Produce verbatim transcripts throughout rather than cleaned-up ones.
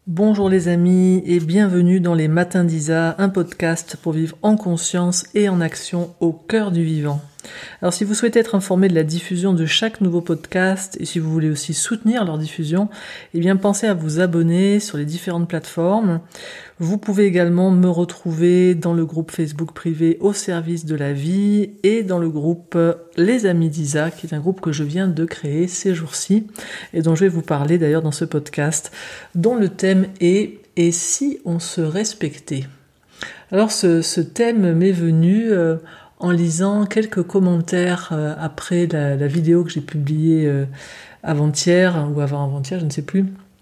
Bonjour les amis et bienvenue dans les Matins d'Isa, un podcast pour vivre en conscience et en action au cœur du vivant. Alors si vous souhaitez être informé de la diffusion de chaque nouveau podcast et si vous voulez aussi soutenir leur diffusion, eh bien pensez à vous abonner sur les différentes plateformes. Vous pouvez également me retrouver dans le groupe Facebook privé au service de la vie et dans le groupe Les Amis d'Isa, qui est un groupe que je viens de créer ces jours-ci et dont je vais vous parler d'ailleurs dans ce podcast, dont le thème est « Et si on se respectait ?» Alors ce, ce thème m'est venu euh, en lisant quelques commentaires euh, après la, la vidéo que j'ai publiée euh, avant-hier ou avant-avant-hier, je ne sais plus,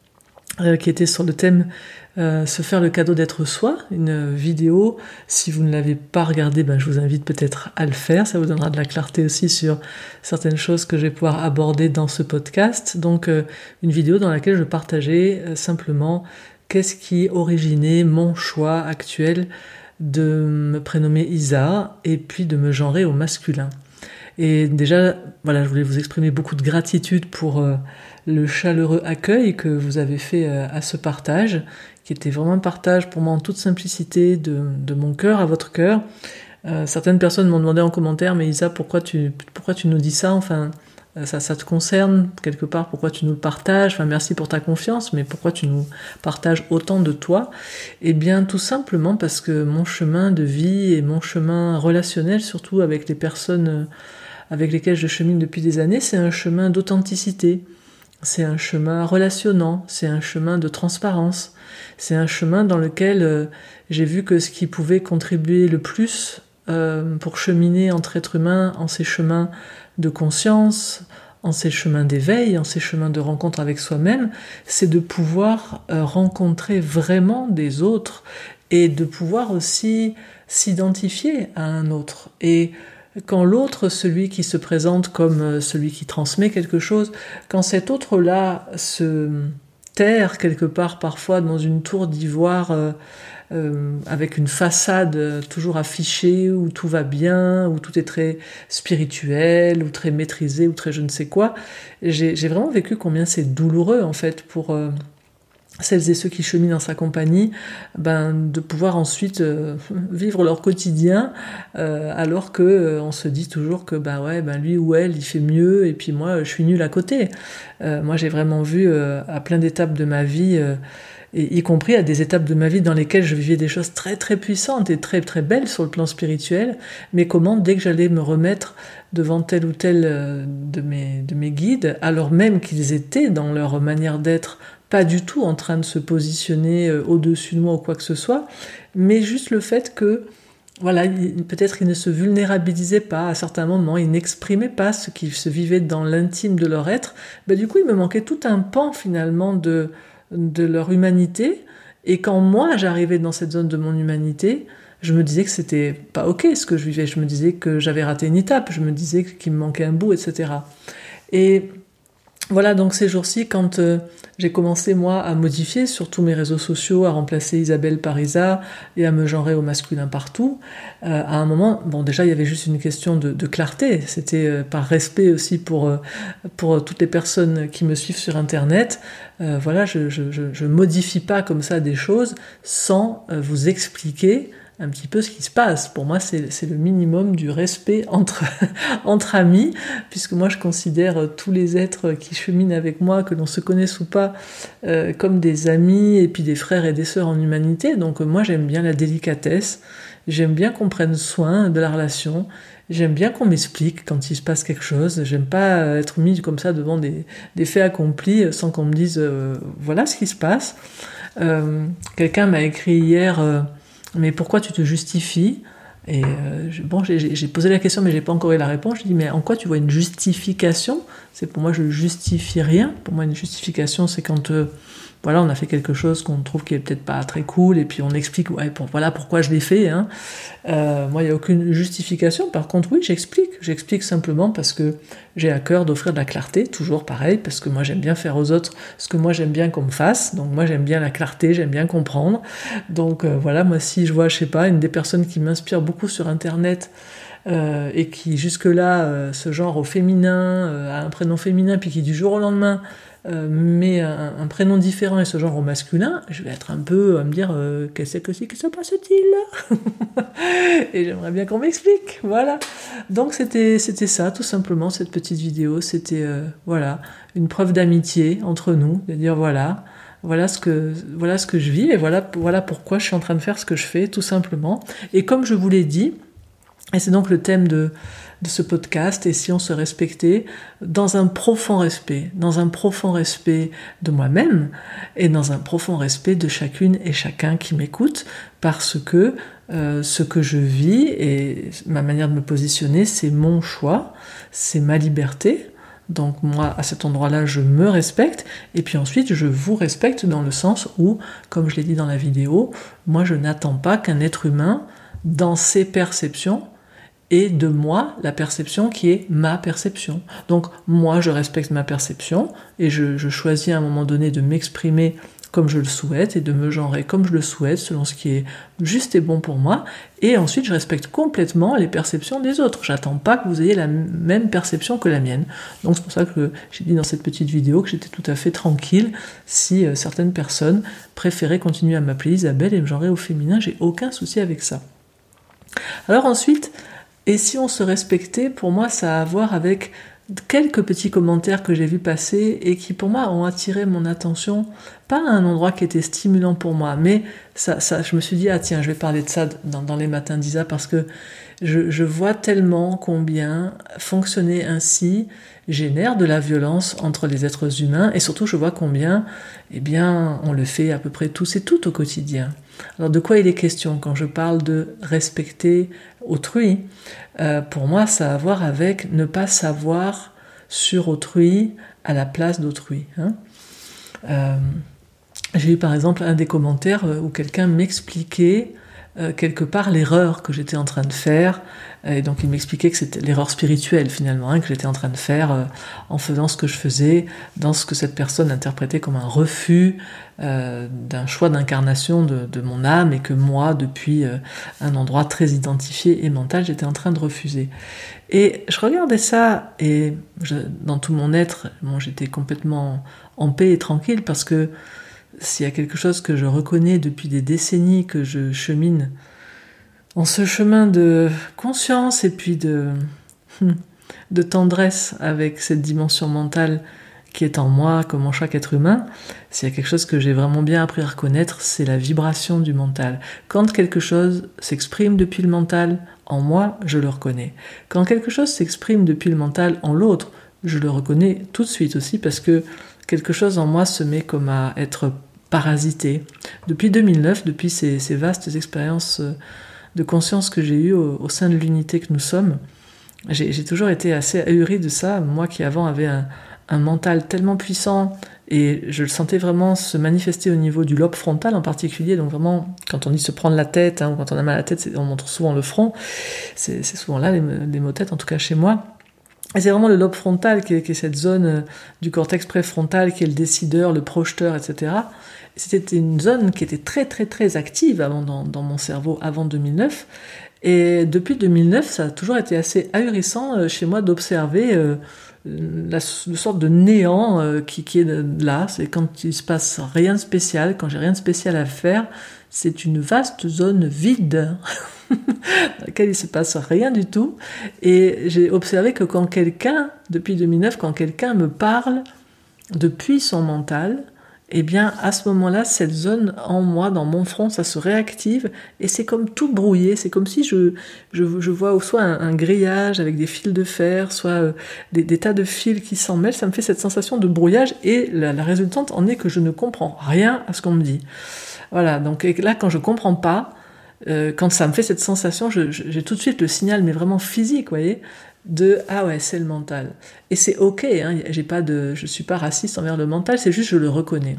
euh, qui était sur le thème euh, se faire le cadeau d'être soi, une vidéo. Si vous ne l'avez pas regardée, ben, je vous invite peut-être à le faire, ça vous donnera de la clarté aussi sur certaines choses que je vais pouvoir aborder dans ce podcast. Donc euh, une vidéo dans laquelle je partageais euh, simplement qu'est-ce qui originait mon choix actuel de me prénommer Isa et puis de me genrer au masculin. Et déjà, voilà, je voulais vous exprimer beaucoup de gratitude pour euh, le chaleureux accueil que vous avez fait euh, à ce partage, qui était vraiment un partage pour moi en toute simplicité de, de mon cœur à votre cœur. Euh, certaines personnes m'ont demandé en commentaire, mais Isa, pourquoi tu, pourquoi tu nous dis ça ? Enfin, Ça, ça te concerne quelque part, pourquoi tu nous le partages, enfin merci pour ta confiance, mais pourquoi tu nous partages autant de toi ? Eh bien tout simplement parce que mon chemin de vie et mon chemin relationnel, surtout avec les personnes avec lesquelles je chemine depuis des années, c'est un chemin d'authenticité, c'est un chemin relationnant, c'est un chemin de transparence, c'est un chemin dans lequel euh, j'ai vu que ce qui pouvait contribuer le plus euh, pour cheminer entre êtres humains en ces chemins de conscience, en ces chemins d'éveil, en ces chemins de rencontre avec soi-même, c'est de pouvoir euh, rencontrer vraiment des autres et de pouvoir aussi s'identifier à un autre. Et quand l'autre, celui qui se présente comme celui qui transmet quelque chose, quand cet autre-là se terre quelque part parfois dans une tour d'ivoire euh, Euh, avec une façade toujours affichée où tout va bien, où tout est très spirituel, ou très maîtrisé, ou très je ne sais quoi. J'ai, j'ai vraiment vécu combien c'est douloureux en fait pour euh, celles et ceux qui cheminent dans sa compagnie, ben, de pouvoir ensuite euh, vivre leur quotidien euh, alors que euh, on se dit toujours que ben ouais, ben lui ou elle il fait mieux et puis moi je suis nulle à côté. Euh, moi j'ai vraiment vu euh, à plein d'étapes de ma vie euh, et y compris à des étapes de ma vie dans lesquelles je vivais des choses très très puissantes et très très belles sur le plan spirituel, mais comment dès que j'allais me remettre devant tel ou tel de mes, de mes guides, alors même qu'ils étaient dans leur manière d'être pas du tout en train de se positionner au-dessus de moi ou quoi que ce soit, mais juste le fait que voilà, peut-être ils ne se vulnérabilisaient pas à certains moments, ils n'exprimaient pas ce qui se vivait dans l'intime de leur être, ben du coup il me manquait tout un pan finalement de de leur humanité, et quand moi j'arrivais dans cette zone de mon humanité, je me disais que c'était pas ok ce que je vivais, je me disais que j'avais raté une étape, je me disais qu'il me manquait un bout, et cetera. Et voilà, donc ces jours-ci, quand euh, j'ai commencé moi à modifier sur tous mes réseaux sociaux, à remplacer Isabelle par Isa et à me genrer au masculin partout, euh, à un moment, bon déjà il y avait juste une question de, de clarté, c'était euh, par respect aussi pour, euh, pour toutes les personnes qui me suivent sur internet, euh, voilà, je, je, je, je modifie pas comme ça des choses sans euh, vous expliquer un petit peu ce qui se passe. Pour moi, c'est, c'est le minimum du respect entre, entre amis, puisque moi, je considère tous les êtres qui cheminent avec moi, que l'on se connaisse ou pas, euh, comme des amis et puis des frères et des sœurs en humanité. Donc moi, j'aime bien la délicatesse, j'aime bien qu'on prenne soin de la relation, j'aime bien qu'on m'explique quand il se passe quelque chose, j'aime pas être mis comme ça devant des, des faits accomplis sans qu'on me dise euh, voilà ce qui se passe. Euh, quelqu'un m'a écrit hier... Euh, mais pourquoi tu te justifies ? Et euh, bon, j'ai, j'ai posé la question, mais j'ai pas encore eu la réponse. Je dis, mais en quoi tu vois une justification ? C'est pour moi, je justifie rien. Pour moi, une justification, c'est quand euh, voilà, on a fait quelque chose qu'on trouve qui est peut-être pas très cool, et puis on explique, ouais, pour, voilà pourquoi je l'ai fait. Hein. Euh, moi, il y a aucune justification. Par contre, oui, j'explique. J'explique simplement parce que j'ai à cœur d'offrir de la clarté, toujours pareil, parce que moi, j'aime bien faire aux autres ce que moi, j'aime bien qu'on me fasse. Donc, moi, j'aime bien la clarté, j'aime bien comprendre. Donc, euh, voilà, moi, si je vois, je sais pas, une des personnes qui m'inspire beaucoup sur Internet, euh, et qui, jusque-là, euh, se genre au féminin, euh, a un prénom féminin, puis qui, du jour au lendemain, euh, met un, un prénom différent et ce genre au masculin, je vais être un peu à me dire euh, qu'est-ce que c'est, que se passe-t-il? Et j'aimerais bien qu'on m'explique, voilà. Donc c'était c'était ça, tout simplement, cette petite vidéo, c'était euh, voilà, une preuve d'amitié entre nous, de dire voilà, voilà ce que voilà ce que je vis et voilà voilà pourquoi je suis en train de faire ce que je fais, tout simplement. Et comme je vous l'ai dit, et c'est donc le thème de de ce podcast, et si on se respectait dans un profond respect, dans un profond respect de moi-même et dans un profond respect de chacune et chacun qui m'écoute, parce que euh, ce que je vis et ma manière de me positionner, c'est mon choix, c'est ma liberté. Donc moi, à cet endroit-là, je me respecte, et puis ensuite, je vous respecte dans le sens où, comme je l'ai dit dans la vidéo, moi, je n'attends pas qu'un être humain, dans ses perceptions, et de moi, la perception qui est ma perception. Donc moi, je respecte ma perception et je, je choisis à un moment donné de m'exprimer comme je le souhaite et de me genrer comme je le souhaite, selon ce qui est juste et bon pour moi. Et ensuite, je respecte complètement les perceptions des autres. J'attends pas que vous ayez la même perception que la mienne. Donc c'est pour ça que j'ai dit dans cette petite vidéo que j'étais tout à fait tranquille si euh, certaines personnes préféraient continuer à m'appeler Isabelle et me genrer au féminin. J'ai aucun souci avec ça. Alors ensuite, et si on se respectait, pour moi, ça a à voir avec quelques petits commentaires que j'ai vus passer et qui, pour moi, ont attiré mon attention, pas à un endroit qui était stimulant pour moi, mais ça, ça, je me suis dit, ah tiens, je vais parler de ça dans, dans les matins d'Isa parce que je, je vois tellement combien fonctionner ainsi génère de la violence entre les êtres humains et surtout, je vois combien, eh bien, on le fait à peu près tous et toutes au quotidien. Alors de quoi il est question quand je parle de respecter autrui? euh, Pour moi, ça a à voir avec ne pas savoir sur autrui à la place d'autrui. Hein. Euh, j'ai eu par exemple un des commentaires où quelqu'un m'expliquait euh, quelque part l'erreur que j'étais en train de faire, et donc il m'expliquait que c'était l'erreur spirituelle finalement, hein, que j'étais en train de faire euh, en faisant ce que je faisais, dans ce que cette personne interprétait comme un refus euh, d'un choix d'incarnation de, de mon âme, et que moi, depuis euh, un endroit très identifié et mental, j'étais en train de refuser. Et je regardais ça, et je, dans tout mon être, bon, j'étais complètement en paix et tranquille, parce que s'il y a quelque chose que je reconnais depuis des décennies que je chemine en ce chemin de conscience et puis de, de tendresse avec cette dimension mentale qui est en moi, comme en chaque être humain, s'il y a quelque chose que j'ai vraiment bien appris à reconnaître, c'est la vibration du mental. Quand quelque chose s'exprime depuis le mental en moi, je le reconnais. Quand quelque chose s'exprime depuis le mental en l'autre, je le reconnais tout de suite aussi, parce que quelque chose en moi se met comme à être parasité. Depuis deux mille neuf, depuis ces, ces vastes expériences de conscience que j'ai eues au, au sein de l'unité que nous sommes, j'ai, j'ai toujours été assez ahuri de ça, moi qui avant avais un, un mental tellement puissant, et je le sentais vraiment se manifester au niveau du lobe frontal en particulier, donc vraiment, quand on dit se prendre la tête, hein, ou quand on a mal à la tête, c'est, on montre souvent le front, c'est, c'est souvent là les, les maux de tête, en tout cas chez moi. Et c'est vraiment le lobe frontal qui est, qui est cette zone du cortex préfrontal qui est le décideur, le projeteur, et cetera. C'était une zone qui était très très très active avant dans, dans mon cerveau avant deux mille neuf. Et depuis deux mille neuf, ça a toujours été assez ahurissant chez moi d'observer euh, la, la sorte de néant euh, qui, qui est là. C'est quand il se passe rien de spécial, quand j'ai rien de spécial à faire, c'est une vaste zone vide dans laquelle il se passe rien du tout. Et j'ai observé que quand quelqu'un, depuis deux mille neuf, quand quelqu'un me parle depuis son mental, eh bien, à ce moment-là, cette zone en moi, dans mon front, ça se réactive et c'est comme tout brouillé. C'est comme si je, je, je vois soit un, un grillage avec des fils de fer, soit euh, des, des tas de fils qui s'en mêlent. Ça me fait cette sensation de brouillage et la, la résultante en est que je ne comprends rien à ce qu'on me dit. Voilà, donc là, quand je comprends pas, euh, quand ça me fait cette sensation, je, je, j'ai tout de suite le signal, mais vraiment physique, vous voyez, de ah ouais, c'est le mental. Et c'est ok, hein, j'ai pas de, je suis pas raciste envers le mental, c'est juste je le reconnais.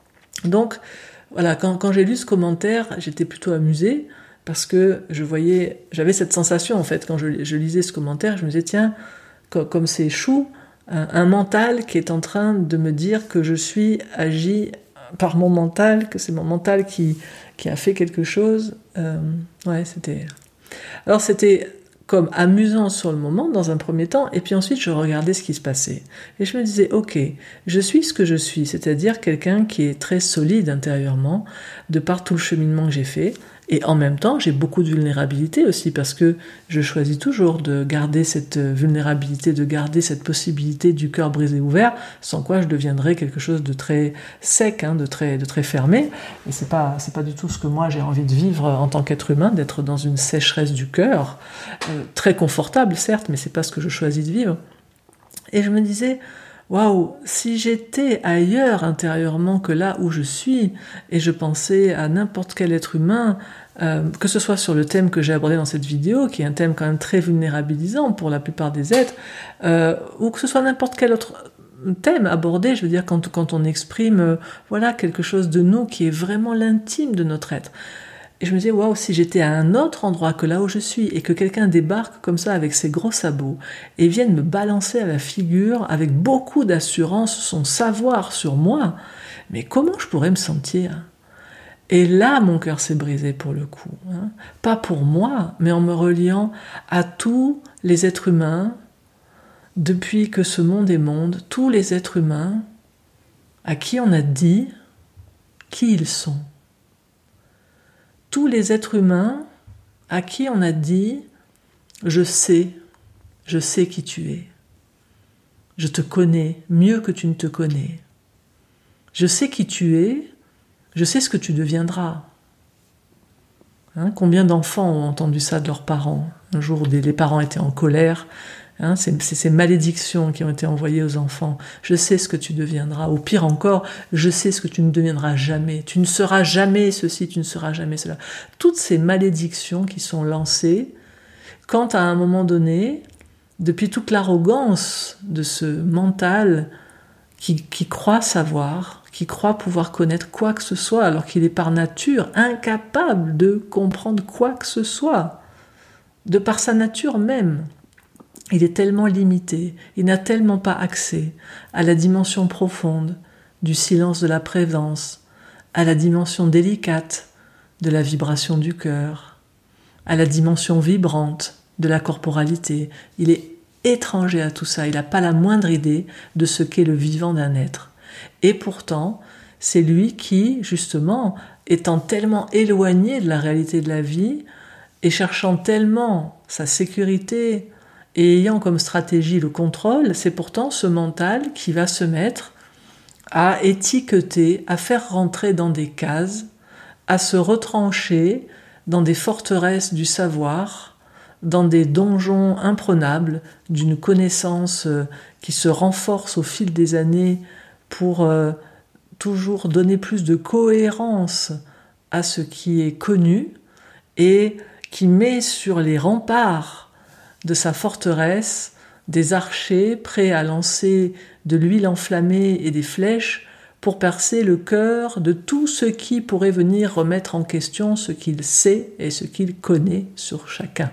Donc voilà, quand, quand j'ai lu ce commentaire, j'étais plutôt amusée parce que je voyais, j'avais cette sensation en fait quand je, je lisais ce commentaire, je me disais tiens, comme, comme c'est chou, un, un mental qui est en train de me dire que je suis agi par mon mental, que c'est mon mental qui qui a fait quelque chose. Euh, ouais, c'était. Alors c'était comme amusant sur le moment, dans un premier temps, et puis ensuite je regardais ce qui se passait. Et je me disais, ok, je suis ce que je suis, c'est-à-dire quelqu'un qui est très solide intérieurement, de par tout le cheminement que j'ai fait, et en même temps, j'ai beaucoup de vulnérabilité aussi, parce que je choisis toujours de garder cette vulnérabilité, de garder cette possibilité du cœur brisé ouvert, sans quoi je deviendrais quelque chose de très sec, hein, de très, de très fermé. Et c'est pas, c'est pas du tout ce que moi j'ai envie de vivre en tant qu'être humain, d'être dans une sécheresse du cœur, euh, très confortable certes, mais c'est pas ce que je choisis de vivre. Et je me disais, waouh, si j'étais ailleurs intérieurement que là où je suis, et je pensais à n'importe quel être humain, euh, que ce soit sur le thème que j'ai abordé dans cette vidéo, qui est un thème quand même très vulnérabilisant pour la plupart des êtres, euh, ou que ce soit n'importe quel autre thème abordé, je veux dire, quand, quand on exprime euh, voilà, quelque chose de nous qui est vraiment l'intime de notre être. Et je me disais, waouh, si j'étais à un autre endroit que là où je suis, et que quelqu'un débarque comme ça avec ses gros sabots, et vienne me balancer à la figure avec beaucoup d'assurance son savoir sur moi, mais comment je pourrais me sentir ? Et là, mon cœur s'est brisé pour le coup. Hein. Pas pour moi, mais en me reliant à tous les êtres humains, depuis que ce monde est monde, tous les êtres humains à qui on a dit qui ils sont. Tous les êtres humains à qui on a dit « je sais, je sais qui tu es. Je te connais mieux que tu ne te connais. Je sais qui tu es, je sais ce que tu deviendras. » Hein, combien d'enfants ont entendu ça de leurs parents ? Un jour où les parents étaient en colère, hein, c'est, c'est ces malédictions qui ont été envoyées aux enfants. Je sais ce que tu deviendras. Ou pire encore, je sais ce que tu ne deviendras jamais. Tu ne seras jamais ceci, tu ne seras jamais cela. Toutes ces malédictions qui sont lancées, quand à un moment donné, depuis toute l'arrogance de ce mental qui, qui croit savoir, qui croit pouvoir connaître quoi que ce soit, alors qu'il est par nature incapable de comprendre quoi que ce soit, de par sa nature même. Il est tellement limité, il n'a tellement pas accès à la dimension profonde du silence de la présence, à la dimension délicate de la vibration du cœur, à la dimension vibrante de la corporalité. Il est étranger à tout ça, il n'a pas la moindre idée de ce qu'est le vivant d'un être. Et pourtant, c'est lui qui, justement, étant tellement éloigné de la réalité de la vie, et cherchant tellement sa sécurité, et ayant comme stratégie le contrôle, c'est pourtant ce mental qui va se mettre à étiqueter, à faire rentrer dans des cases, à se retrancher dans des forteresses du savoir, dans des donjons imprenables d'une connaissance qui se renforce au fil des années pour euh, toujours donner plus de cohérence à ce qui est connu et qui met sur les remparts de sa forteresse des archers prêts à lancer de l'huile enflammée et des flèches pour percer le cœur de tout ce qui pourrait venir remettre en question ce qu'il sait et ce qu'il connaît sur chacun.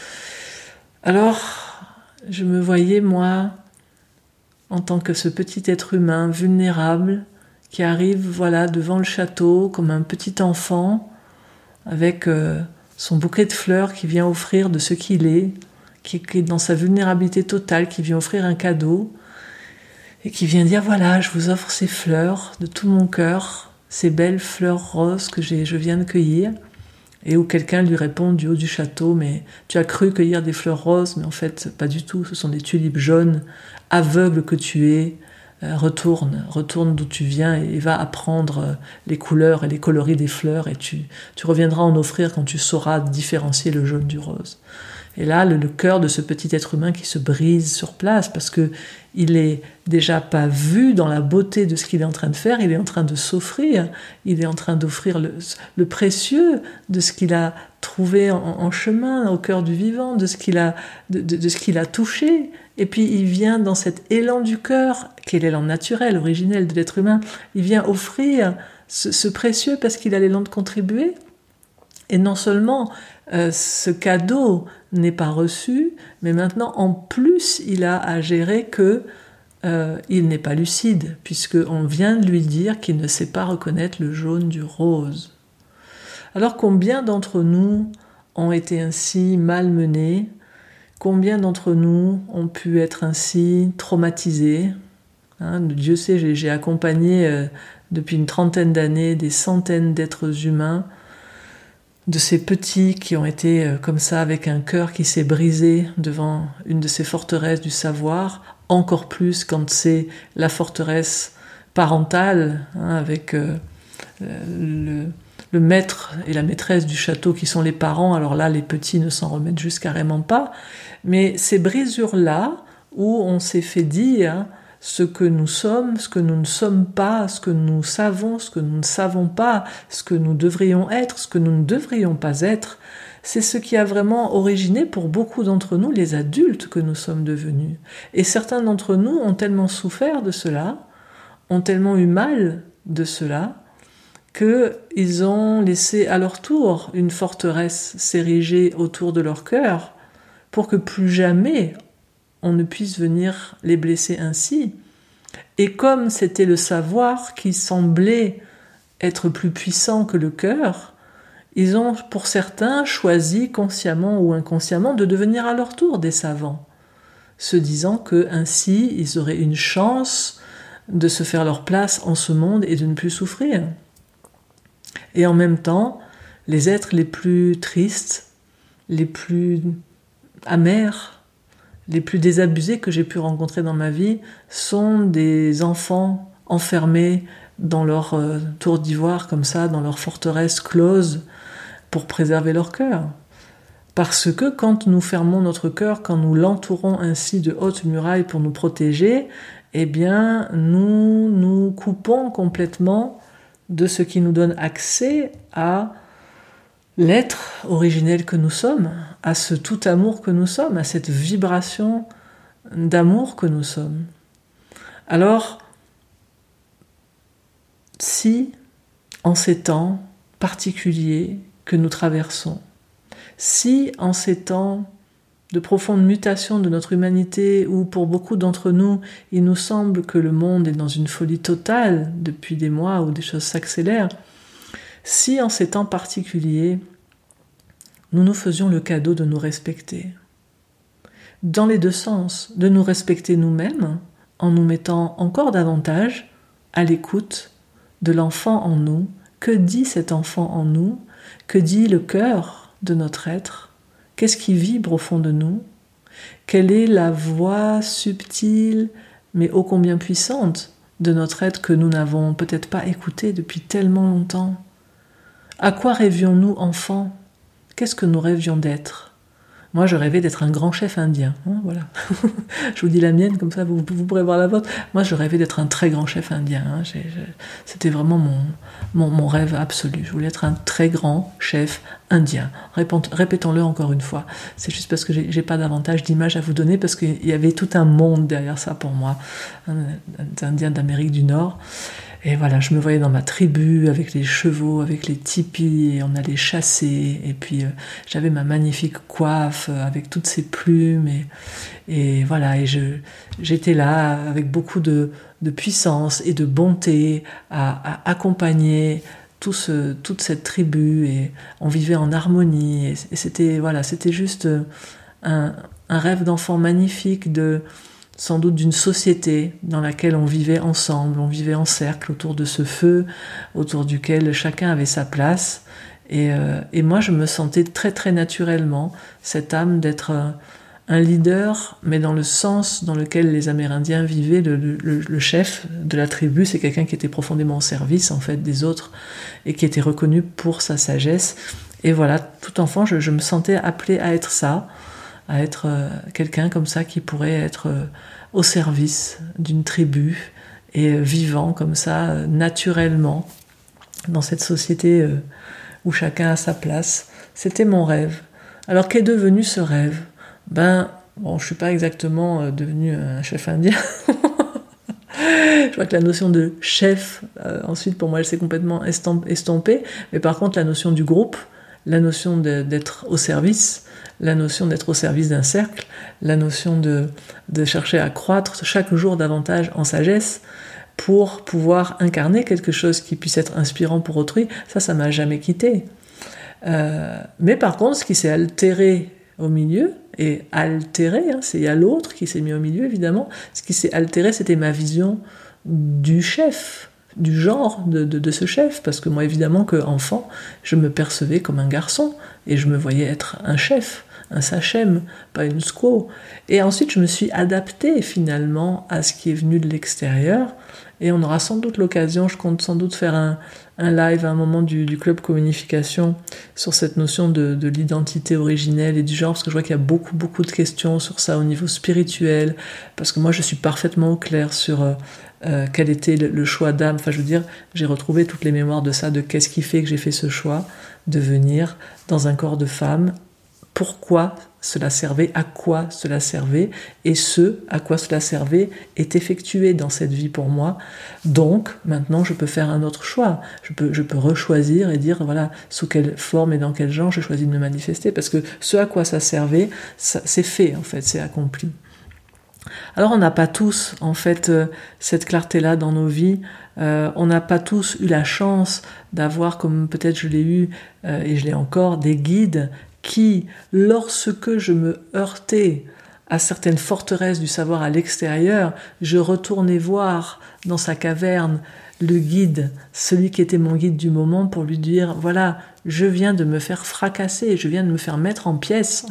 Alors, je me voyais, moi, en tant que ce petit être humain vulnérable qui arrive, voilà, devant le château comme un petit enfant avec euh, son bouquet de fleurs qui vient offrir de ce qu'il est, qui est dans sa vulnérabilité totale, qui vient offrir un cadeau et qui vient dire, voilà, je vous offre ces fleurs de tout mon cœur, ces belles fleurs roses que j'ai, je viens de cueillir. Et où quelqu'un lui répond du haut du château, mais tu as cru cueillir des fleurs roses, mais en fait, pas du tout, ce sont des tulipes jaunes, aveugle que tu es, euh, retourne, retourne d'où tu viens et va apprendre les couleurs et les coloris des fleurs, et tu, tu reviendras en offrir quand tu sauras différencier le jaune du rose. Et là, le, le cœur de ce petit être humain qui se brise sur place, parce que il est déjà pas vu dans la beauté de ce qu'il est en train de faire, il est en train de s'offrir, il est en train d'offrir le, le précieux de ce qu'il a trouvé en, en chemin, au cœur du vivant, de ce qu'il a, de, de, de ce qu'il a touché. Et puis il vient dans cet élan du cœur, qui est l'élan naturel, originel de l'être humain, il vient offrir ce, ce précieux parce qu'il a l'élan de contribuer. Et non seulement euh, ce cadeau n'est pas reçu, mais maintenant en plus il a à gérer que euh, il n'est pas lucide, puisqu'on vient de lui dire qu'il ne sait pas reconnaître le jaune du rose. Alors combien d'entre nous ont été ainsi malmenés Combien d'entre nous ont pu être ainsi traumatisés, hein, Dieu sait, j'ai, j'ai accompagné euh, depuis une trentaine d'années des centaines d'êtres humains, de ces petits qui ont été euh, comme ça avec un cœur qui s'est brisé devant une de ces forteresses du savoir, encore plus quand c'est la forteresse parentale, hein, avec euh, le, le maître et la maîtresse du château qui sont les parents. Alors là, les petits ne s'en remettent juste carrément pas. Mais ces brisures-là, où on s'est fait dire ce que nous sommes, ce que nous ne sommes pas, ce que nous savons, ce que nous ne savons pas, ce que nous devrions être, ce que nous ne devrions pas être, c'est ce qui a vraiment originé pour beaucoup d'entre nous les adultes que nous sommes devenus. Et certains d'entre nous ont tellement souffert de cela, ont tellement eu mal de cela, qu'ils ont laissé à leur tour une forteresse s'ériger autour de leur cœur pour que plus jamais on ne puisse venir les blesser ainsi. Et comme c'était le savoir qui semblait être plus puissant que le cœur, ils ont, pour certains, choisi consciemment ou inconsciemment de devenir à leur tour des savants, se disant que ainsi ils auraient une chance de se faire leur place en ce monde et de ne plus souffrir. Et en même temps, les êtres les plus tristes, les plus amers, les plus désabusés que j'ai pu rencontrer dans ma vie sont des enfants enfermés dans leur euh, tour d'ivoire, comme ça, dans leur forteresse close, pour préserver leur cœur. Parce que quand nous fermons notre cœur, quand nous l'entourons ainsi de hautes murailles pour nous protéger, eh bien, nous nous coupons complètement de ce qui nous donne accès à l'être originel que nous sommes, à ce tout amour que nous sommes, à cette vibration d'amour que nous sommes. Alors, si, en ces temps particuliers que nous traversons, si, en ces temps de profonde mutation de notre humanité, où pour beaucoup d'entre nous, il nous semble que le monde est dans une folie totale depuis des mois où des choses s'accélèrent, si en ces temps particuliers, nous nous faisions le cadeau de nous respecter, dans les deux sens, de nous respecter nous-mêmes, en nous mettant encore davantage à l'écoute de l'enfant en nous. Que dit cet enfant en nous? Que dit le cœur de notre être? Qu'est-ce qui vibre au fond de nous? Quelle est la voix subtile, mais ô combien puissante, de notre être que nous n'avons peut-être pas écoutée depuis tellement longtemps? À quoi rêvions-nous enfants? Qu'est-ce que nous rêvions d'être? Moi, je rêvais d'être un grand chef indien. Hein, voilà. Je vous dis la mienne, comme ça, vous, vous pourrez voir la vôtre. Moi, je rêvais d'être un très grand chef indien. Hein. J'ai, j'ai, c'était vraiment mon, mon, mon rêve absolu. Je voulais être un très grand chef indien. Répétons, répétons-le encore une fois. C'est juste parce que j'ai, j'ai pas davantage d'images à vous donner, parce qu'il y avait tout un monde derrière ça pour moi. Hein, des Indiens d'Amérique du Nord. Et voilà, je me voyais dans ma tribu avec les chevaux, avec les tipis, et on allait chasser. Et puis euh, j'avais ma magnifique coiffe euh, avec toutes ces plumes. Et, et voilà, et je, j'étais là avec beaucoup de, de puissance et de bonté à, à accompagner tout ce, toute cette tribu. Et on vivait en harmonie. Et, et c'était, voilà, c'était juste un, un rêve d'enfant magnifique de... sans doute d'une société dans laquelle on vivait ensemble, on vivait en cercle autour de ce feu, autour duquel chacun avait sa place. Et, euh, et moi, je me sentais très très naturellement cette âme d'être un, un leader, mais dans le sens dans lequel les Amérindiens vivaient. Le, le, le chef de la tribu, c'est quelqu'un qui était profondément au service en fait des autres et qui était reconnu pour sa sagesse. Et voilà, tout enfant, je, je me sentais appelée à être ça, à être euh, quelqu'un comme ça qui pourrait être euh, au service d'une tribu et euh, vivant comme ça, euh, naturellement, dans cette société euh, où chacun a sa place. C'était mon rêve. Alors, qu'est devenu ce rêve? Ben, bon, je suis pas exactement euh, devenu un chef indien. Je crois que la notion de chef, euh, ensuite, pour moi, elle s'est complètement estompée. Mais par contre, la notion du groupe, la notion de, d'être au service, la notion d'être au service d'un cercle, la notion de, de chercher à croître chaque jour davantage en sagesse pour pouvoir incarner quelque chose qui puisse être inspirant pour autrui, ça, ça m'a jamais quitté. Euh, mais par contre, ce qui s'est altéré au milieu et altéré, hein, c'est il y a l'autre qui s'est mis au milieu évidemment. Ce qui s'est altéré, c'était ma vision du chef, du genre de, de, de ce chef, parce que moi évidemment qu'enfant, je me percevais comme un garçon et je me voyais être un chef, un sachem, pas une squaw. Et ensuite je me suis adaptée finalement à ce qui est venu de l'extérieur, et on aura sans doute l'occasion, je compte sans doute faire un, un live à un moment du, du club communication sur cette notion de, de l'identité originelle et du genre, parce que je vois qu'il y a beaucoup beaucoup de questions sur ça au niveau spirituel, parce que moi je suis parfaitement au clair sur euh, euh, quel était le, le choix d'âme. Enfin je veux dire, j'ai retrouvé toutes les mémoires de ça, de qu'est-ce qui fait que j'ai fait ce choix de venir dans un corps de femme, pourquoi cela servait, à quoi cela servait, et ce à quoi cela servait est effectué dans cette vie pour moi. Donc maintenant je peux faire un autre choix, je peux, je peux rechoisir et dire voilà sous quelle forme et dans quel genre j'ai choisi de me manifester, parce que ce à quoi ça servait, ça, c'est fait en fait, c'est accompli. Alors on n'a pas tous en fait euh, cette clarté-là dans nos vies, euh, on n'a pas tous eu la chance d'avoir, comme peut-être je l'ai eu euh, et je l'ai encore, des guides qui, lorsque je me heurtais à certaines forteresses du savoir à l'extérieur, je retournais voir dans sa caverne le guide, celui qui était mon guide du moment, pour lui dire, voilà, je viens de me faire fracasser, je viens de me faire mettre en pièces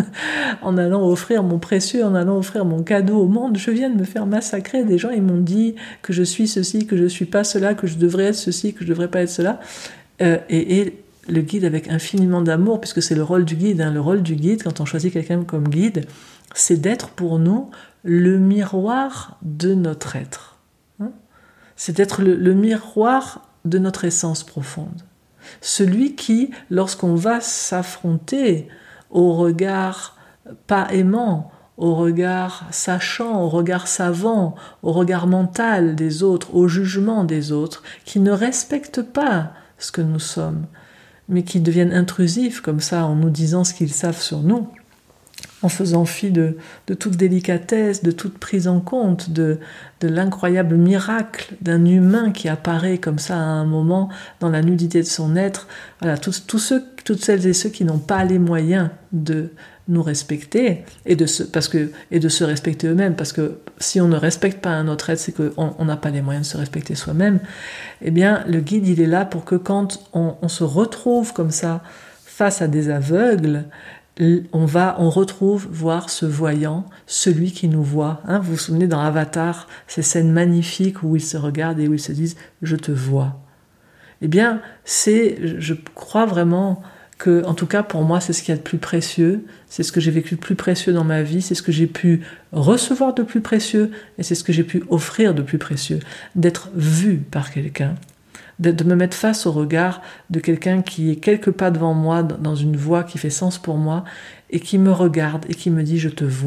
en allant offrir mon précieux, en allant offrir mon cadeau au monde, je viens de me faire massacrer. Des gens, ils m'ont dit que je suis ceci, que je suis pas cela, que je devrais être ceci, que je devrais pas être cela. Euh, et, et le guide, avec infiniment d'amour, puisque c'est le rôle du guide, hein, le rôle du guide, quand on choisit quelqu'un comme guide, c'est d'être pour nous le miroir de notre être. Hein, c'est d'être le, le miroir de notre essence profonde. Celui qui, lorsqu'on va s'affronter au regard pas aimant, au regard sachant, au regard savant, au regard mental des autres, au jugement des autres, qui ne respectent pas ce que nous sommes, mais qui deviennent intrusifs comme ça en nous disant ce qu'ils savent sur nous, en faisant fi de, de toute délicatesse, de toute prise en compte, de, de l'incroyable miracle d'un humain qui apparaît comme ça à un moment dans la nudité de son être. Voilà, tous, tous ceux, toutes celles et ceux qui n'ont pas les moyens de nous respecter et de se, parce que, et de se respecter eux-mêmes, parce que si on ne respecte pas un autre être, c'est qu'on n'a pas les moyens de se respecter soi-même. Eh bien, le guide, il est là pour que quand on, on se retrouve comme ça face à des aveugles, on va, on retrouve voir ce voyant, celui qui nous voit. Hein, vous vous souvenez dans Avatar, ces scènes magnifiques où ils se regardent et où ils se disent « je te vois ». Eh bien, c'est, je crois vraiment que, en tout cas pour moi, c'est ce qu'il y a de plus précieux, c'est ce que j'ai vécu de plus précieux dans ma vie, c'est ce que j'ai pu recevoir de plus précieux et c'est ce que j'ai pu offrir de plus précieux, d'être vu par quelqu'un, de me mettre face au regard de quelqu'un qui est quelques pas devant moi, dans une voix qui fait sens pour moi, et qui me regarde et qui me dit « je te vois ».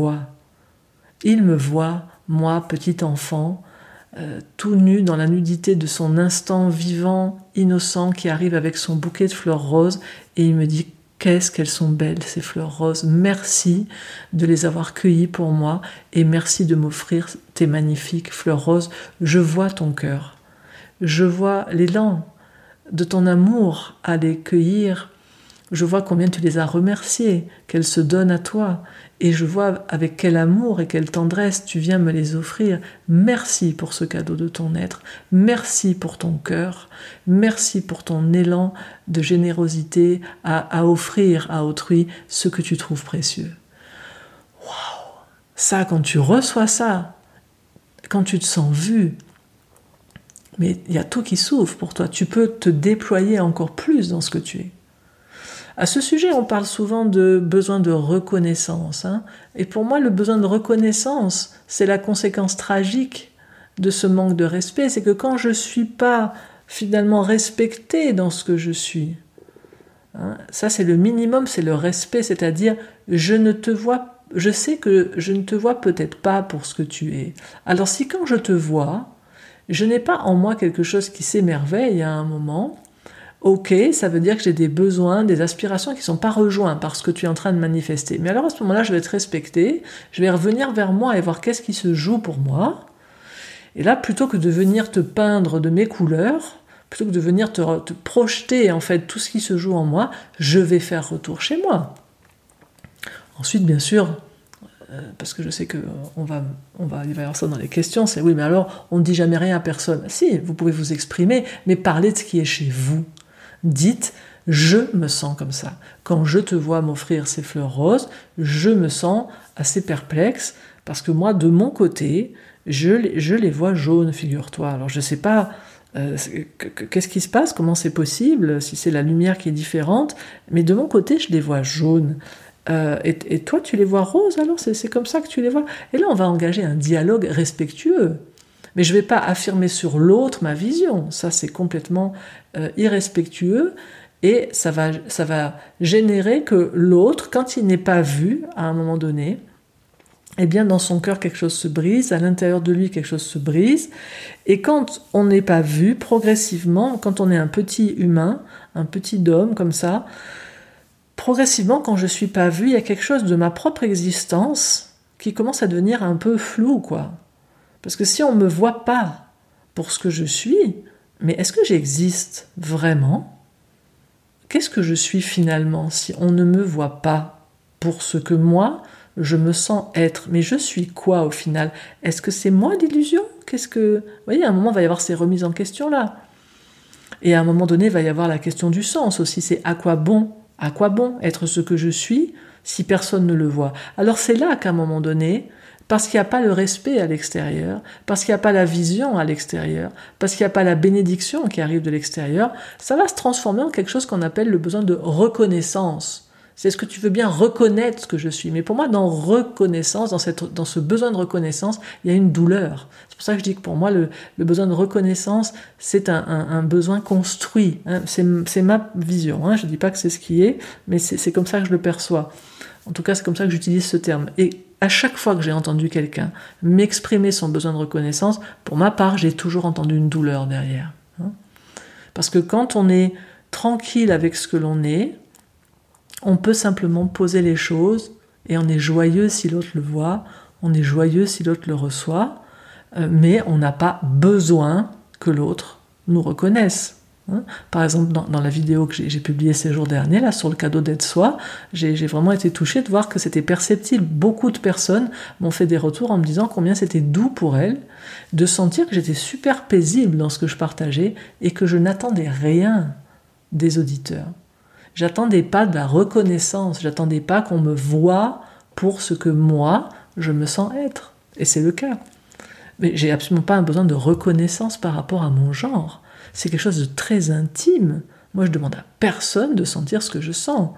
Il me voit, moi, petit enfant, euh, tout nu dans la nudité de son instant vivant, innocent, qui arrive avec son bouquet de fleurs roses, et il me dit « qu'est-ce qu'elles sont belles ces fleurs roses, merci de les avoir cueillies pour moi, et merci de m'offrir tes magnifiques fleurs roses, je vois ton cœur ». Je vois l'élan de ton amour à les cueillir. Je vois combien tu les as remerciées, qu'elles se donnent à toi. Et je vois avec quel amour et quelle tendresse tu viens me les offrir. Merci pour ce cadeau de ton être. Merci pour ton cœur. Merci pour ton élan de générosité à, à offrir à autrui ce que tu trouves précieux. Waouh! Ça, quand tu reçois ça, quand tu te sens vu, mais il y a tout qui s'ouvre pour toi. Tu peux te déployer encore plus dans ce que tu es. À ce sujet, on parle souvent de besoin de reconnaissance. Hein, et pour moi, le besoin de reconnaissance, c'est la conséquence tragique de ce manque de respect. C'est que quand je ne suis pas finalement respectée dans ce que je suis, hein, ça c'est le minimum, c'est le respect. C'est-à-dire, je ne te vois, je sais que je ne te vois peut-être pas pour ce que tu es. Alors si quand je te vois, je n'ai pas en moi quelque chose qui s'émerveille à un moment, ok, ça veut dire que j'ai des besoins, des aspirations qui ne sont pas rejoints par ce que tu es en train de manifester. Mais alors à ce moment-là, je vais te respecter, je vais revenir vers moi et voir qu'est-ce qui se joue pour moi. Et là, plutôt que de venir te peindre de mes couleurs, plutôt que de venir te, te projeter en fait tout ce qui se joue en moi, je vais faire retour chez moi. Ensuite, bien sûr, euh, parce que je sais qu'on va, on va, il va y avoir ça dans les questions, c'est oui, mais alors, on ne dit jamais rien à personne. Si, vous pouvez vous exprimer, mais parlez de ce qui est chez vous. Dites, je me sens comme ça. Quand je te vois m'offrir ces fleurs roses, je me sens assez perplexe, parce que moi, de mon côté, je les, je les vois jaunes, figure-toi. Alors, je ne sais pas... Euh, qu'est-ce qui se passe, comment c'est possible, si c'est la lumière qui est différente, mais de mon côté je les vois jaunes, euh, et, et toi tu les vois roses, alors c'est, c'est comme ça que tu les vois, et là on va engager un dialogue respectueux, mais je ne vais pas affirmer sur l'autre ma vision, ça c'est complètement euh, irrespectueux, et ça va, ça va générer que l'autre, quand il n'est pas vu à un moment donné, eh bien dans son cœur quelque chose se brise, à l'intérieur de lui quelque chose se brise, et quand on n'est pas vu, progressivement, quand on est un petit humain, un petit homme comme ça, progressivement quand je suis pas vu, il y a quelque chose de ma propre existence qui commence à devenir un peu flou, quoi. Parce que si on me voit pas pour ce que je suis, mais est-ce que j'existe vraiment ? Qu'est-ce que je suis finalement si on ne me voit pas pour ce que moi je me sens être, mais je suis quoi au final ? Est-ce que c'est moi l'illusion ? Qu'est-ce que... Vous voyez, à un moment, il va y avoir ces remises en question là. Et à un moment donné, il va y avoir la question du sens aussi. C'est à quoi bon ? À quoi bon être ce que je suis si personne ne le voit ? Alors c'est là qu'à un moment donné, parce qu'il n'y a pas le respect à l'extérieur, parce qu'il n'y a pas la vision à l'extérieur, parce qu'il n'y a pas la bénédiction qui arrive de l'extérieur, ça va se transformer en quelque chose qu'on appelle le besoin de reconnaissance. C'est est-ce que tu veux bien reconnaître ce que je suis ? Mais pour moi, dans reconnaissance, dans, cette, dans ce besoin de reconnaissance, il y a une douleur. C'est pour ça que je dis que pour moi, le, le besoin de reconnaissance, c'est un, un, un besoin construit. Hein. C'est, c'est ma vision. Hein. Je ne dis pas que c'est ce qui est, mais c'est, c'est comme ça que je le perçois. En tout cas, c'est comme ça que j'utilise ce terme. Et à chaque fois que j'ai entendu quelqu'un m'exprimer son besoin de reconnaissance, pour ma part, j'ai toujours entendu une douleur derrière. Hein. Parce que quand on est tranquille avec ce que l'on est, on peut simplement poser les choses et on est joyeux si l'autre le voit, on est joyeux si l'autre le reçoit, euh, mais on n'a pas besoin que l'autre nous reconnaisse. Hein. Par exemple, dans, dans la vidéo que j'ai, j'ai publiée ces jours derniers, là, sur le cadeau d'aide-soi, j'ai, j'ai vraiment été touchée de voir que c'était perceptible. Beaucoup de personnes m'ont fait des retours en me disant combien c'était doux pour elles de sentir que j'étais super paisible dans ce que je partageais et que je n'attendais rien des auditeurs. J'attendais pas de la reconnaissance, j'attendais pas qu'on me voie pour ce que moi, je me sens être. Et c'est le cas. Mais j'ai absolument pas un besoin de reconnaissance par rapport à mon genre. C'est quelque chose de très intime. Moi, je demande à personne de sentir ce que je sens.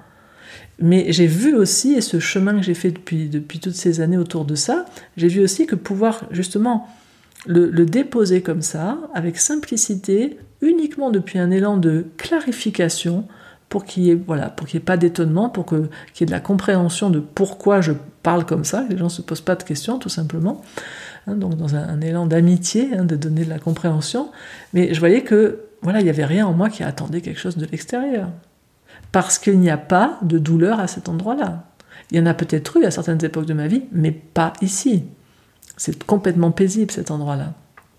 Mais j'ai vu aussi, et ce chemin que j'ai fait depuis, depuis toutes ces années autour de ça, j'ai vu aussi que pouvoir justement le, le déposer comme ça, avec simplicité, uniquement depuis un élan de clarification, pour qu'il y ait, voilà, pour qu'il n'y ait pas d'étonnement, pour que, qu'il y ait de la compréhension de pourquoi je parle comme ça, que les gens ne se posent pas de questions, tout simplement. Hein, donc dans un, un élan d'amitié, hein, de donner de la compréhension. Mais je voyais que, voilà, il n'y avait rien en moi qui attendait quelque chose de l'extérieur. Parce qu'il n'y a pas de douleur à cet endroit-là. Il y en a peut-être eu à certaines époques de ma vie, mais pas ici. C'est complètement paisible, cet endroit-là.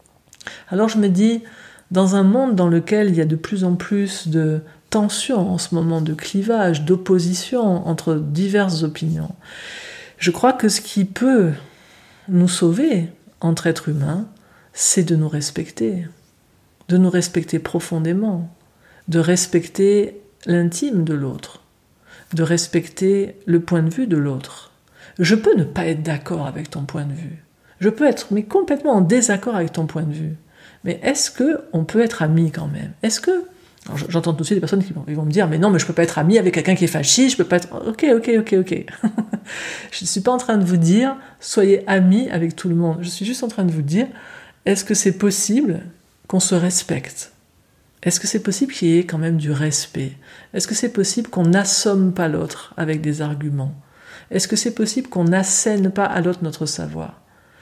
Alors je me dis, dans un monde dans lequel il y a de plus en plus de tension en ce moment, de clivage, d'opposition entre diverses opinions, je crois que ce qui peut nous sauver entre êtres humains, c'est de nous respecter, de nous respecter profondément, de respecter l'intime de l'autre, de respecter le point de vue de l'autre. Je peux ne pas être d'accord avec ton point de vue, je peux être mais complètement en désaccord avec ton point de vue, mais est-ce qu'on peut être amis quand même ? Est-ce que... Alors, j'entends tout de suite des personnes qui vont, ils vont me dire « Mais non, mais je peux pas être ami avec quelqu'un qui est fasciste, je peux pas être... » Ok, ok, ok, ok. Je ne suis pas en train de vous dire « Soyez amis avec tout le monde ». Je suis juste en train de vous dire « Est-ce que c'est possible qu'on se respecte ? Est-ce que c'est possible qu'il y ait quand même du respect ? Est-ce que c'est possible qu'on n'assomme pas l'autre avec des arguments ? Est-ce que c'est possible qu'on n'assène pas à l'autre notre savoir ?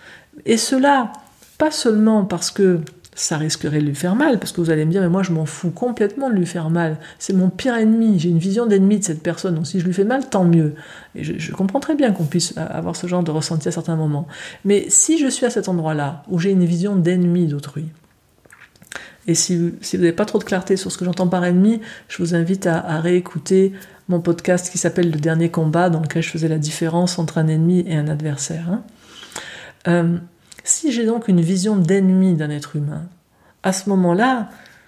Et cela, pas seulement parce que ça risquerait de lui faire mal, parce que vous allez me dire, mais moi je m'en fous complètement de lui faire mal, c'est mon pire ennemi, j'ai une vision d'ennemi de cette personne, donc si je lui fais mal, tant mieux. Et je, je comprends très bien qu'on puisse avoir ce genre de ressenti à certains moments. Mais si je suis à cet endroit-là, où j'ai une vision d'ennemi d'autrui, Et si, si vous n'avez pas trop de clarté sur ce que j'entends par ennemi, je vous invite à, à réécouter mon podcast qui s'appelle Le Dernier Combat, dans lequel je faisais la différence entre un ennemi et un adversaire. Hein. Euh, si j'ai donc une vision d'ennemi d'un être humain, à ce moment-là,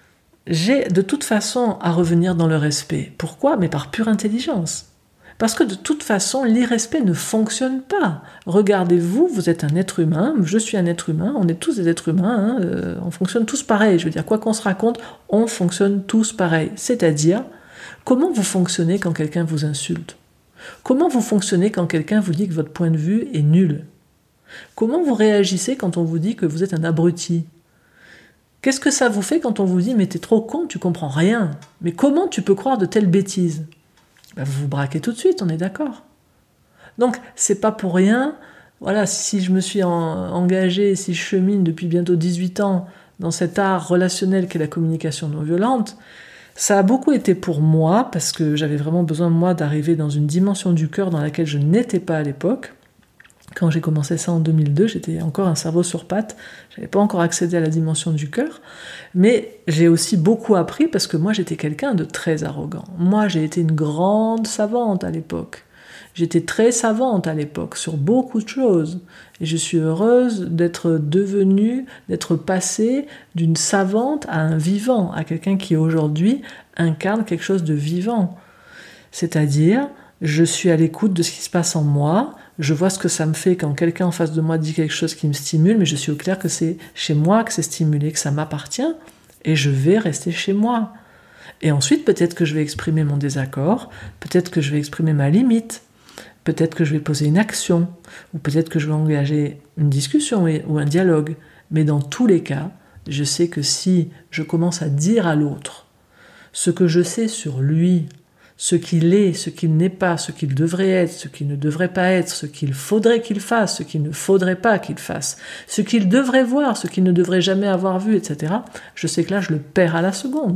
j'ai de toute façon à revenir dans le respect. Pourquoi ? Mais par pure intelligence. Parce que de toute façon, l'irrespect ne fonctionne pas. Regardez-vous, vous êtes un être humain, je suis un être humain, on est tous des êtres humains, hein, euh, on fonctionne tous pareil. Je veux dire, quoi qu'on se raconte, on fonctionne tous pareil. C'est-à-dire, comment vous fonctionnez quand quelqu'un vous insulte ? Comment vous fonctionnez quand quelqu'un vous dit que votre point de vue est nul ? Comment vous réagissez quand on vous dit que vous êtes un abruti ? Qu'est-ce que ça vous fait quand on vous dit « mais t'es trop con, tu comprends rien ». Mais comment tu peux croire de telles bêtises ? Ben vous vous braquez tout de suite, on est d'accord. Donc, c'est pas pour rien. Voilà, si je me suis en, engagée, si je chemine depuis bientôt dix-huit ans dans cet art relationnel qu'est la communication non violente, ça a beaucoup été pour moi, parce que j'avais vraiment besoin, moi, d'arriver dans une dimension du cœur dans laquelle je n'étais pas à l'époque. Quand j'ai commencé ça en deux mille deux, j'étais encore un cerveau sur pattes, j'avais pas encore accédé à la dimension du cœur, mais j'ai aussi beaucoup appris parce que moi j'étais quelqu'un de très arrogant. Moi j'ai été une grande savante à l'époque. J'étais très savante à l'époque sur beaucoup de choses. Et je suis heureuse d'être devenue, d'être passée d'une savante à un vivant, à quelqu'un qui aujourd'hui incarne quelque chose de vivant. C'est-à-dire, je suis à l'écoute de ce qui se passe en moi, je vois ce que ça me fait quand quelqu'un en face de moi dit quelque chose qui me stimule, mais je suis au clair que c'est chez moi que c'est stimulé, que ça m'appartient, et je vais rester chez moi. Et ensuite, peut-être que je vais exprimer mon désaccord, peut-être que je vais exprimer ma limite, peut-être que je vais poser une action, ou peut-être que je vais engager une discussion ou un dialogue. Mais dans tous les cas, je sais que si je commence à dire à l'autre ce que je sais sur lui, ce qu'il est, ce qu'il n'est pas, ce qu'il devrait être, ce qu'il ne devrait pas être, ce qu'il faudrait qu'il fasse, ce qu'il ne faudrait pas qu'il fasse, ce qu'il devrait voir, ce qu'il ne devrait jamais avoir vu, et cetera, je sais que là, je le perds à la seconde.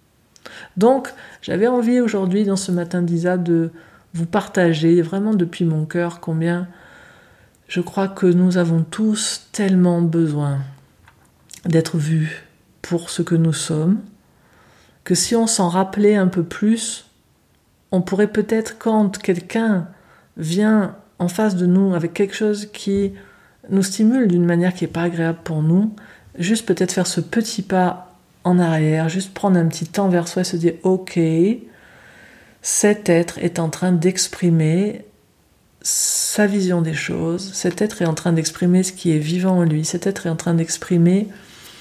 Donc, j'avais envie aujourd'hui, dans ce matin d'Isa, de vous partager vraiment depuis mon cœur combien je crois que nous avons tous tellement besoin d'être vus pour ce que nous sommes, que si on s'en rappelait un peu plus, on pourrait peut-être, quand quelqu'un vient en face de nous avec quelque chose qui nous stimule d'une manière qui n'est pas agréable pour nous, juste peut-être faire ce petit pas en arrière, juste prendre un petit temps vers soi et se dire « Ok, cet être est en train d'exprimer sa vision des choses, cet être est en train d'exprimer ce qui est vivant en lui, cet être est en train d'exprimer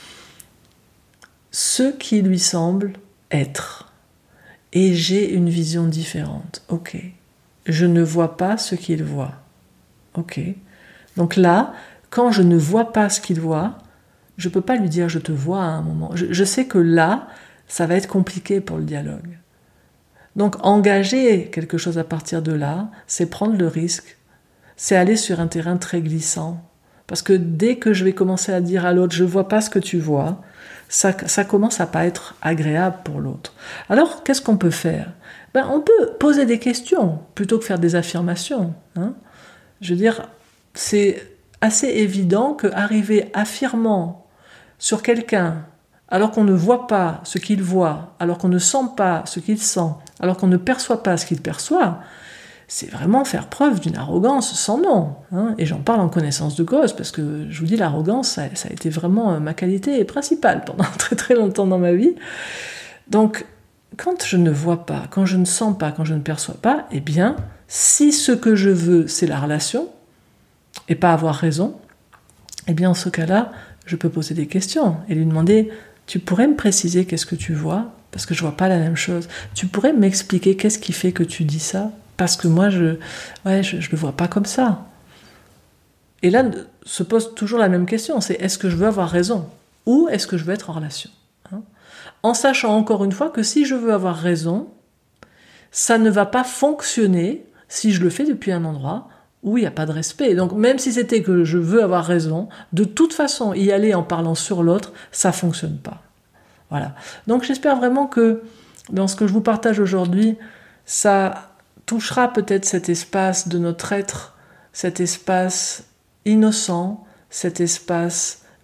ce qui lui semble être. Et j'ai une vision différente. Ok. Je ne vois pas ce qu'il voit. Ok. Donc là, quand je ne vois pas ce qu'il voit, je ne peux pas lui dire « je te vois » à un moment. Je, je sais que là, ça va être compliqué pour le dialogue. Donc engager quelque chose à partir de là, c'est prendre le risque, c'est aller sur un terrain très glissant. Parce que dès que je vais commencer à dire à l'autre « je ne vois pas ce que tu vois », Ça, ça commence à pas être agréable pour l'autre. Alors, qu'est-ce qu'on peut faire ? Ben, on peut poser des questions plutôt que faire des affirmations. Hein. Je veux dire, c'est assez évident qu'arriver affirmant sur quelqu'un, alors qu'on ne voit pas ce qu'il voit, alors qu'on ne sent pas ce qu'il sent, alors qu'on ne perçoit pas ce qu'il perçoit, c'est vraiment faire preuve d'une arrogance sans nom. Hein. Et j'en parle en connaissance de cause, parce que je vous dis, l'arrogance, ça, ça a été vraiment ma qualité principale pendant très très longtemps dans ma vie. Donc, quand je ne vois pas, quand je ne sens pas, quand je ne perçois pas, eh bien, si ce que je veux, c'est la relation, et pas avoir raison, eh bien, en ce cas-là, je peux poser des questions et lui demander « Tu pourrais me préciser qu'est-ce que tu vois ? Parce que je vois pas la même chose. Tu pourrais m'expliquer qu'est-ce qui fait que tu dis ça ? Parce que moi, je ouais, je, je le vois pas comme ça. » Et là, se pose toujours la même question, c'est est-ce que je veux avoir raison ? Ou est-ce que je veux être en relation ? Hein ? En sachant encore une fois que si je veux avoir raison, ça ne va pas fonctionner si je le fais depuis un endroit où il n'y a pas de respect. Donc même si c'était que je veux avoir raison, de toute façon, y aller en parlant sur l'autre, ça ne fonctionne pas. Voilà. Donc j'espère vraiment que dans ce que je vous partage aujourd'hui, ça touchera peut-être cet espace de notre être, cet espace innocent, cet espace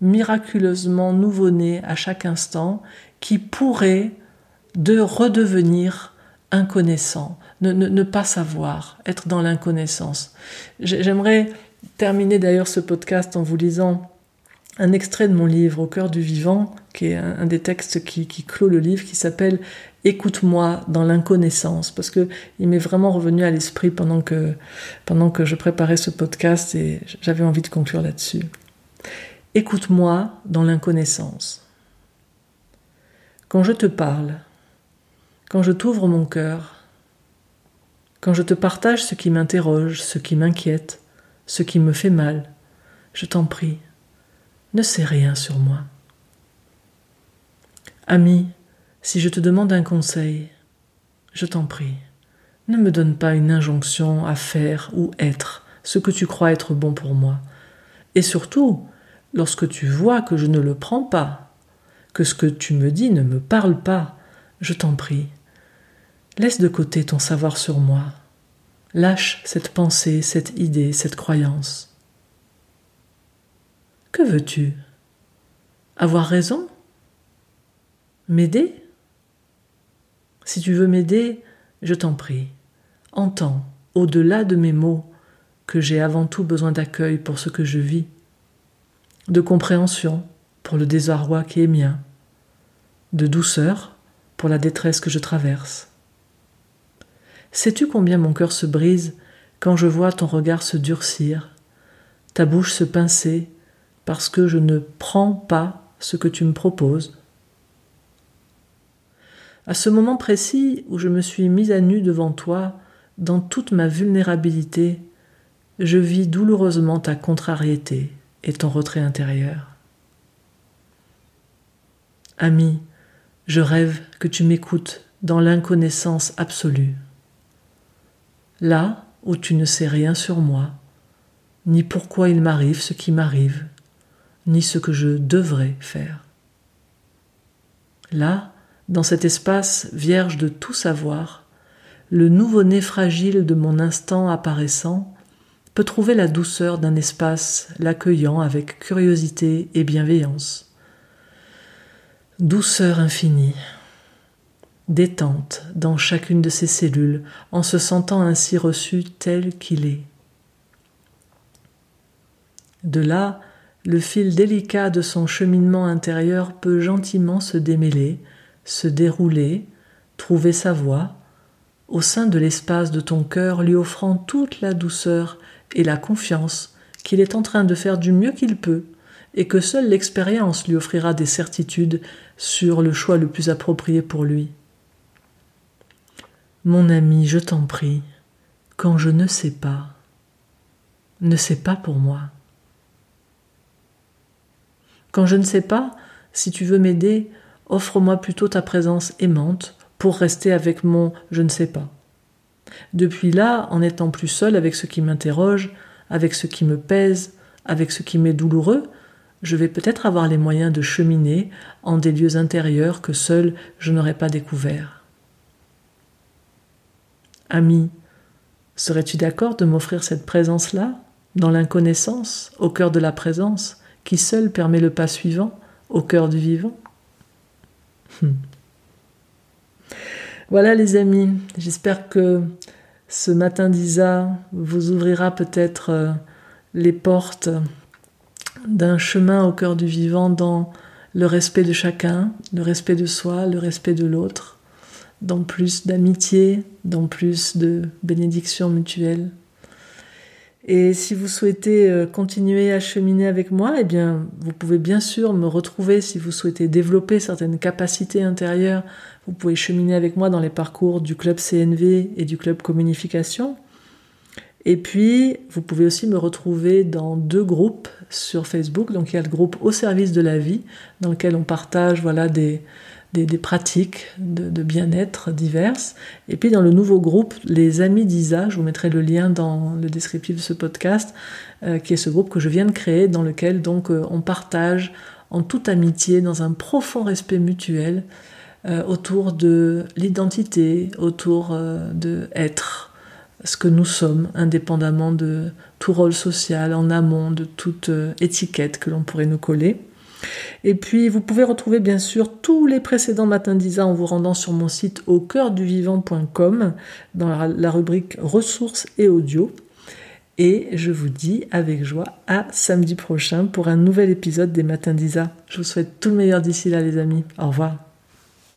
miraculeusement nouveau-né à chaque instant qui pourrait de redevenir inconnaissant, ne, ne, ne pas savoir, être dans l'inconnaissance. J'aimerais terminer d'ailleurs ce podcast en vous lisant un extrait de mon livre Au cœur du vivant, qui est un, un des textes qui, qui clôt le livre, qui s'appelle « Écoute-moi dans l'inconnaissance », parce que il m'est vraiment revenu à l'esprit pendant que, pendant que je préparais ce podcast et j'avais envie de conclure là-dessus. « Écoute-moi dans l'inconnaissance. Quand je te parle, quand je t'ouvre mon cœur, quand je te partage ce qui m'interroge, ce qui m'inquiète, ce qui me fait mal, je t'en prie, ne sais rien sur moi. Ami, si je te demande un conseil, je t'en prie, ne me donne pas une injonction à faire ou être ce que tu crois être bon pour moi. Et surtout, lorsque tu vois que je ne le prends pas, que ce que tu me dis ne me parle pas, je t'en prie, laisse de côté ton savoir sur moi. Lâche cette pensée, cette idée, cette croyance. Que veux-tu? Avoir raison? M'aider? Si tu veux m'aider, je t'en prie, entends, au-delà de mes mots, que j'ai avant tout besoin d'accueil pour ce que je vis, de compréhension pour le désarroi qui est mien, de douceur pour la détresse que je traverse. Sais-tu combien mon cœur se brise quand je vois ton regard se durcir, ta bouche se pincer, parce que je ne prends pas ce que tu me proposes? À ce moment précis où je me suis mise à nu devant toi, dans toute ma vulnérabilité, je vis douloureusement ta contrariété et ton retrait intérieur. Ami, je rêve que tu m'écoutes dans l'inconnaissance absolue. Là où tu ne sais rien sur moi, ni pourquoi il m'arrive ce qui m'arrive, ni ce que je devrais faire. Là, dans cet espace vierge de tout savoir, le nouveau-né fragile de mon instant apparaissant peut trouver la douceur d'un espace l'accueillant avec curiosité et bienveillance. Douceur infinie, détente dans chacune de ses cellules, en se sentant ainsi reçu tel qu'il est. De là, le fil délicat de son cheminement intérieur peut gentiment se démêler, se dérouler, trouver sa voie, au sein de l'espace de ton cœur, lui offrant toute la douceur et la confiance qu'il est en train de faire du mieux qu'il peut et que seule l'expérience lui offrira des certitudes sur le choix le plus approprié pour lui. Mon ami, je t'en prie, quand je ne sais pas, ne sais pas pour moi. Quand je ne sais pas, si tu veux m'aider, offre-moi plutôt ta présence aimante pour rester avec mon « je ne sais pas ». Depuis là, en étant plus seul avec ce qui m'interroge, avec ce qui me pèse, avec ce qui m'est douloureux, je vais peut-être avoir les moyens de cheminer en des lieux intérieurs que seul je n'aurais pas découverts. Ami, serais-tu d'accord de m'offrir cette présence-là, dans l'inconnaissance, au cœur de la présence, qui seule permet le pas suivant, au cœur du vivant? Hmm. Voilà les amis, j'espère que ce matin d'Isa vous ouvrira peut-être euh, les portes d'un chemin au cœur du vivant dans le respect de chacun, le respect de soi, le respect de l'autre, dans plus d'amitié, dans plus de bénédiction mutuelle. Et si vous souhaitez continuer à cheminer avec moi, eh bien, vous pouvez bien sûr me retrouver si vous souhaitez développer certaines capacités intérieures. Vous pouvez cheminer avec moi dans les parcours du club C N V et du club Communification. Et puis, vous pouvez aussi me retrouver dans deux groupes sur Facebook. Donc, il y a le groupe Au service de la vie, dans lequel on partage voilà, des, des, des pratiques de, de bien-être diverses. Et puis, dans le nouveau groupe, les Amis d'Isa, je vous mettrai le lien dans le descriptif de ce podcast, euh, qui est ce groupe que je viens de créer, dans lequel donc euh, on partage en toute amitié, dans un profond respect mutuel, euh, autour de l'identité, autour euh, de être, ce que nous sommes, indépendamment de tout rôle social, en amont de toute euh, étiquette que l'on pourrait nous coller. Et puis, vous pouvez retrouver bien sûr tous les précédents Matins d'Isa en vous rendant sur mon site au cœur du vivant point com dans la, la rubrique ressources et audio. Et je vous dis avec joie à samedi prochain pour un nouvel épisode des Matins d'Isa. Je vous souhaite tout le meilleur d'ici là les amis. Au revoir.